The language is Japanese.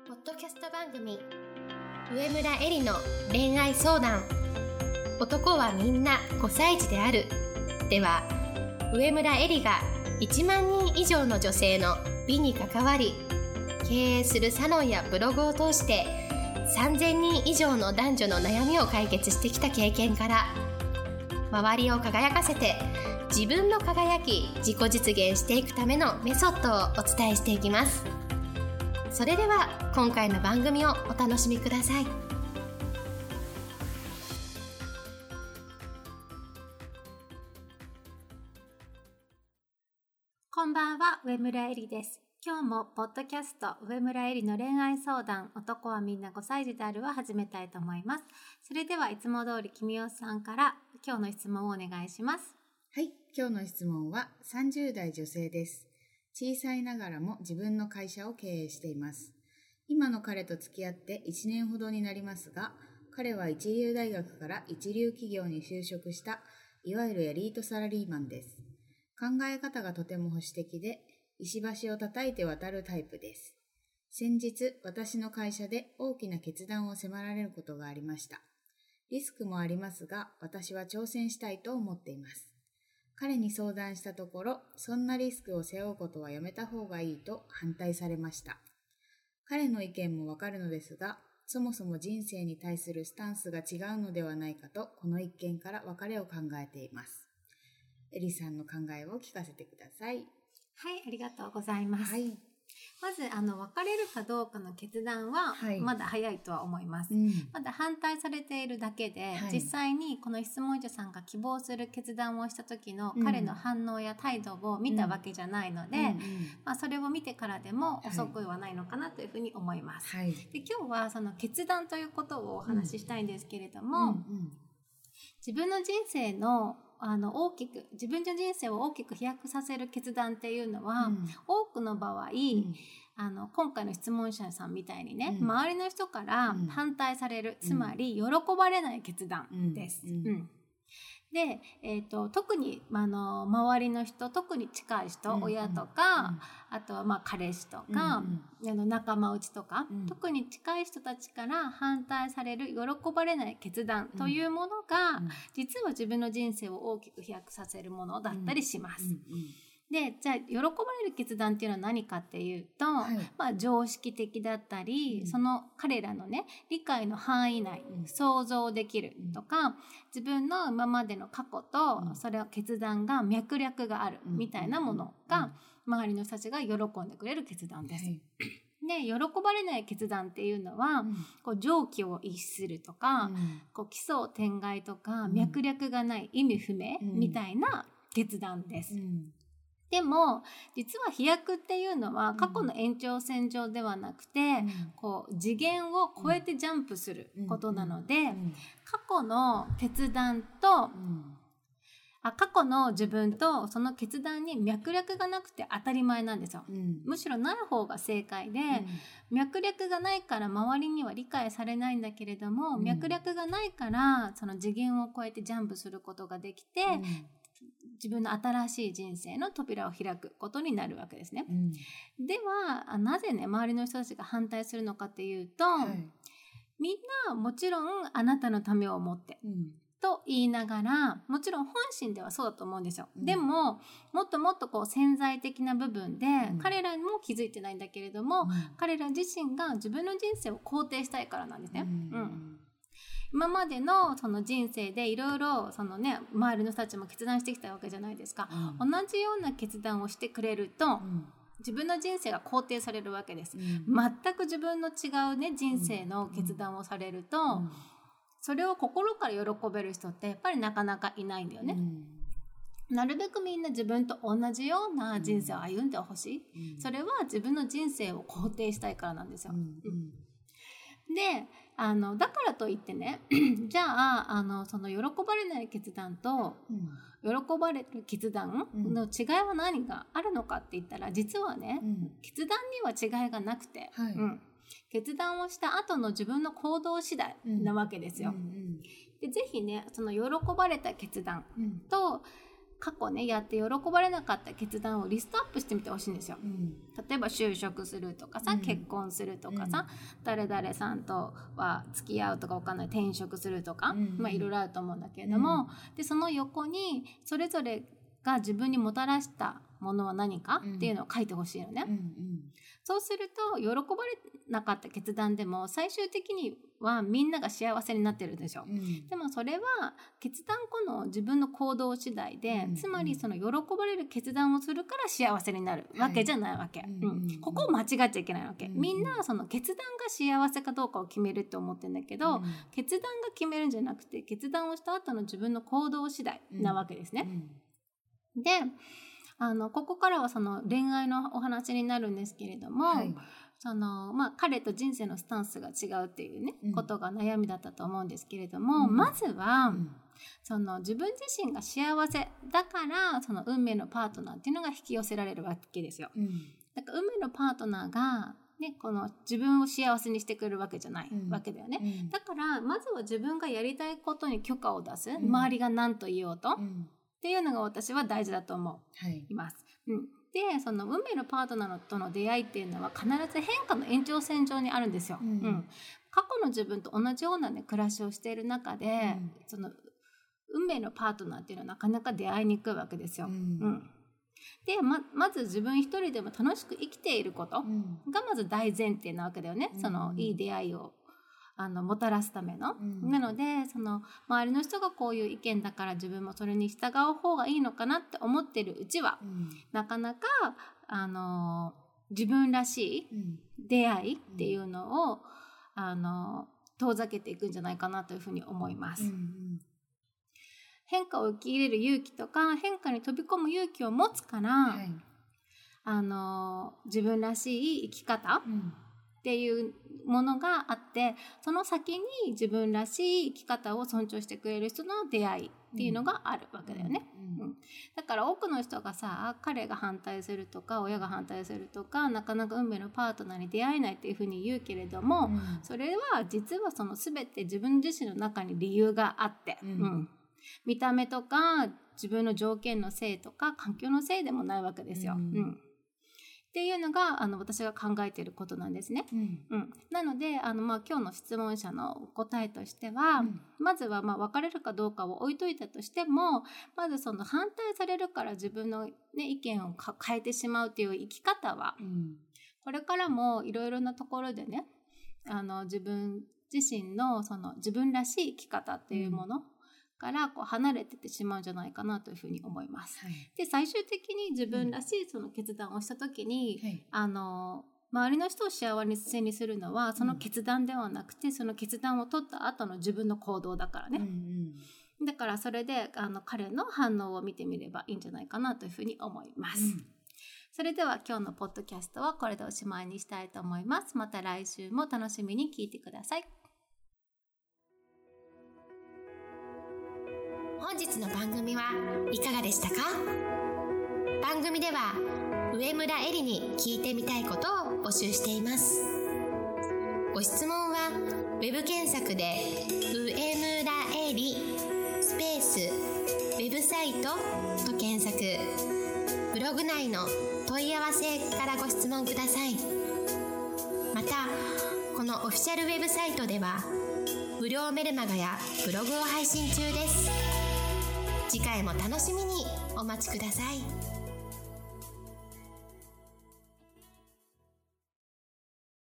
ポッドキャスト番組上村えりの恋愛相談。男はみんな5歳児である。では、上村えりが1万人以上の女性の美に関わり、経営するサロンやブログを通して3000人以上の男女の悩みを解決してきた経験から、周りを輝かせて自分の輝き、自己実現していくためのメソッドをお伝えしていきます。それでは今回の番組をお楽しみください。 こんばんは、上村えりです。今日もポッドキャスト上村えりの恋愛相談、男はみんな5歳児であるを始めたいと思います。それではいつも通り君代さんから今日の質問をお願いします。 はい、今日の質問は30代女性です。小さいながらも自分の会社を経営しています。今の彼と付き合って1年ほどになりますが、彼は一流大学から一流企業に就職したいわゆるエリートサラリーマンです。考え方がとても保守的で、石橋を叩いて渡るタイプです。先日、私の会社で大きな決断を迫られることがありました。リスクもありますが、私は挑戦したいと思っています。彼に相談したところ、そんなリスクを背負うことはやめた方がいいと反対されました。彼の意見もわかるのですが、そもそも人生に対するスタンスが違うのではないかと、この一件から別れを考えています。エリさんの考えを聞かせてください。 はい、ありがとうございます。 はい。 まず別れるかどうかの決断はまだ早いとは思います。まだ反対されているだけで、実際にこの質問者さんが希望する決断をした時の彼の反応や態度を見たわけじゃないので、それを見てからでも遅くはないのかなというふうに思います。で、今日はその決断ということをお話ししたいんですけれども、自分の人生の自分の人生を大きく飛躍させる決断っていうのは、多くの場合、今回の質問者さんみたいにね、周りの人から反対される、つまり喜ばれない決断です。で、特に、周りの人、特に近い人、親とか、あとは彼氏とか、仲間内とか、特に近い人たちから反対される、喜ばれない決断というものが、実は自分の人生を大きく飛躍させるものだったりします。で、じゃあ喜ばれる決断っていうのは何かっていうと、常識的だったり、その彼らのね、理解の範囲内、想像できるとか、自分の今までの過去とそれを決断が脈絡があるみたいなものが、周りの人たちが喜んでくれる決断です。で、喜ばれない決断っていうのは、常軌を逸するとか、奇想天外とか、脈絡がない意味不明みたいな決断です。でも実は飛躍っていうのは過去の延長線上ではなくて、次元を超えてジャンプすることなので、過去の決断と、過去の自分とその決断に脈絡がなくて当たり前なんですよ。むしろない方が正解で、脈絡がないから周りには理解されないんだけれども、脈絡がないからその次元を超えてジャンプすることができて、自分の新しい人生の扉を開くことになるわけですね。ではなぜね、周りの人たちが反対するのかっていうと、みんなもちろんあなたのためを思って、と言いながら、もちろん本心ではそうだと思うんですよ。でももっともっと潜在的な部分で、彼らにも気づいてないんだけれども、彼ら自身が自分の人生を肯定したいからなんですね。今までのその人生でいろいろ周りの人たちも決断してきたわけじゃないですか。同じような決断をしてくれると、自分の人生が肯定されるわけです。全く自分の違うね、人生の決断をされると、それを心から喜べる人ってやっぱりなかなかいないんだよね。なるべくみんな自分と同じような人生を歩んでほしい。それは自分の人生を肯定したいからなんですよ。で、だからといってね、じゃあ、その喜ばれない決断と、喜ばれる決断の違いは何があるのかって言ったら、実はね、決断には違いがなくて、決断をした後の自分の行動次第なわけですよ。で、ぜひね、その喜ばれた決断と、 過去ねやって喜ばれなかった決断をリストアップしてみてほしいんですよ、例えば就職するとかさ、結婚するとかさ、誰々さんとは付き合うとかわかんない、転職するとか、いろいろあると思うんだけれども、でその横にそれぞれが自分にもたらしたものは何かっていうのを書いてほしいのね、そうすると喜ばれなかった決断でも最終的にはみんなが幸せになってるんですよ、でもそれは決断後の自分の行動次第で、つまりその喜ばれる決断をするから幸せになるわけじゃないわけ、ここを間違っちゃいけないわけ、みんなその決断が幸せかどうかを決めるって思ってるんだけど、決断が決めるんじゃなくて決断をした後の自分の行動次第なわけですね、でここからはその恋愛のお話になるんですけれども、彼と人生のスタンスが違うっていうね、ことが悩みだったと思うんですけれども、まずは、その自分自身が幸せだからその運命のパートナーっていうのが引き寄せられるわけですよ、だから運命のパートナーがこの自分を幸せにしてくれるわけじゃないわけだよね、だからまずは自分がやりたいことに許可を出す、周りが何と言おうと、っていうのが私は大事だと思います、でその運命のパートナーとの出会いっていうのは必ず変化の延長線上にあるんですよ、過去の自分と同じような、暮らしをしている中で、その運命のパートナーっていうのはなかなか出会いにくいわけですよ、で まず自分一人でも楽しく生きていることがまず大前提なわけだよね、そのいい出会いをもたらすための、なのでその周りの人がこういう意見だから自分もそれに従う方がいいのかなって思ってるうちは、なかなか自分らしい出会いっていうのを遠ざけていくんじゃないかなというふうに思います、変化を受け入れる勇気とか変化に飛び込む勇気を持つから、自分らしい生き方、っていうものがあって、その先に自分らしい生き方を尊重してくれる人の出会いっていうのがあるわけだよね、だから多くの人がさ、彼が反対するとか親が反対するとかなかなか運命のパートナーに出会えないっていうふうに言うけれども、それは実はその全て自分自身の中に理由があって、見た目とか自分の条件のせいとか環境のせいでもないわけですよ、っていうのが私が考えていることなんですね、なので今日の質問者の答えとしては、まずは別れるかどうかを置いといたとしても、まずその反対されるから自分の、意見を変えてしまうっていう生き方は、これからもいろいろなところでね、自分自身のその自分らしい生き方っていうもの、から離れてってしまうんじゃないかなというふうに思います、で最終的に自分らしいその決断をした時に、周りの人を幸せにするのはその決断ではなくて、その決断を取った後の自分の行動だからね、だからそれで彼の反応を見てみればいいんじゃないかなというふうに思います、それでは今日のポッドキャストはこれでおしまいにしたいと思います。また来週も楽しみに聞いてください。 本日の番組はいかがでしたか？番組では上村えりに聞いてみたいことを募集しています。ご質問はウェブ検索で上村えりスペースウェブサイトと検索、ブログ内の問い合わせからご質問ください。またこのオフィシャルウェブサイトでは無料メルマガやブログを配信中です。次回も楽しみにお待ちください。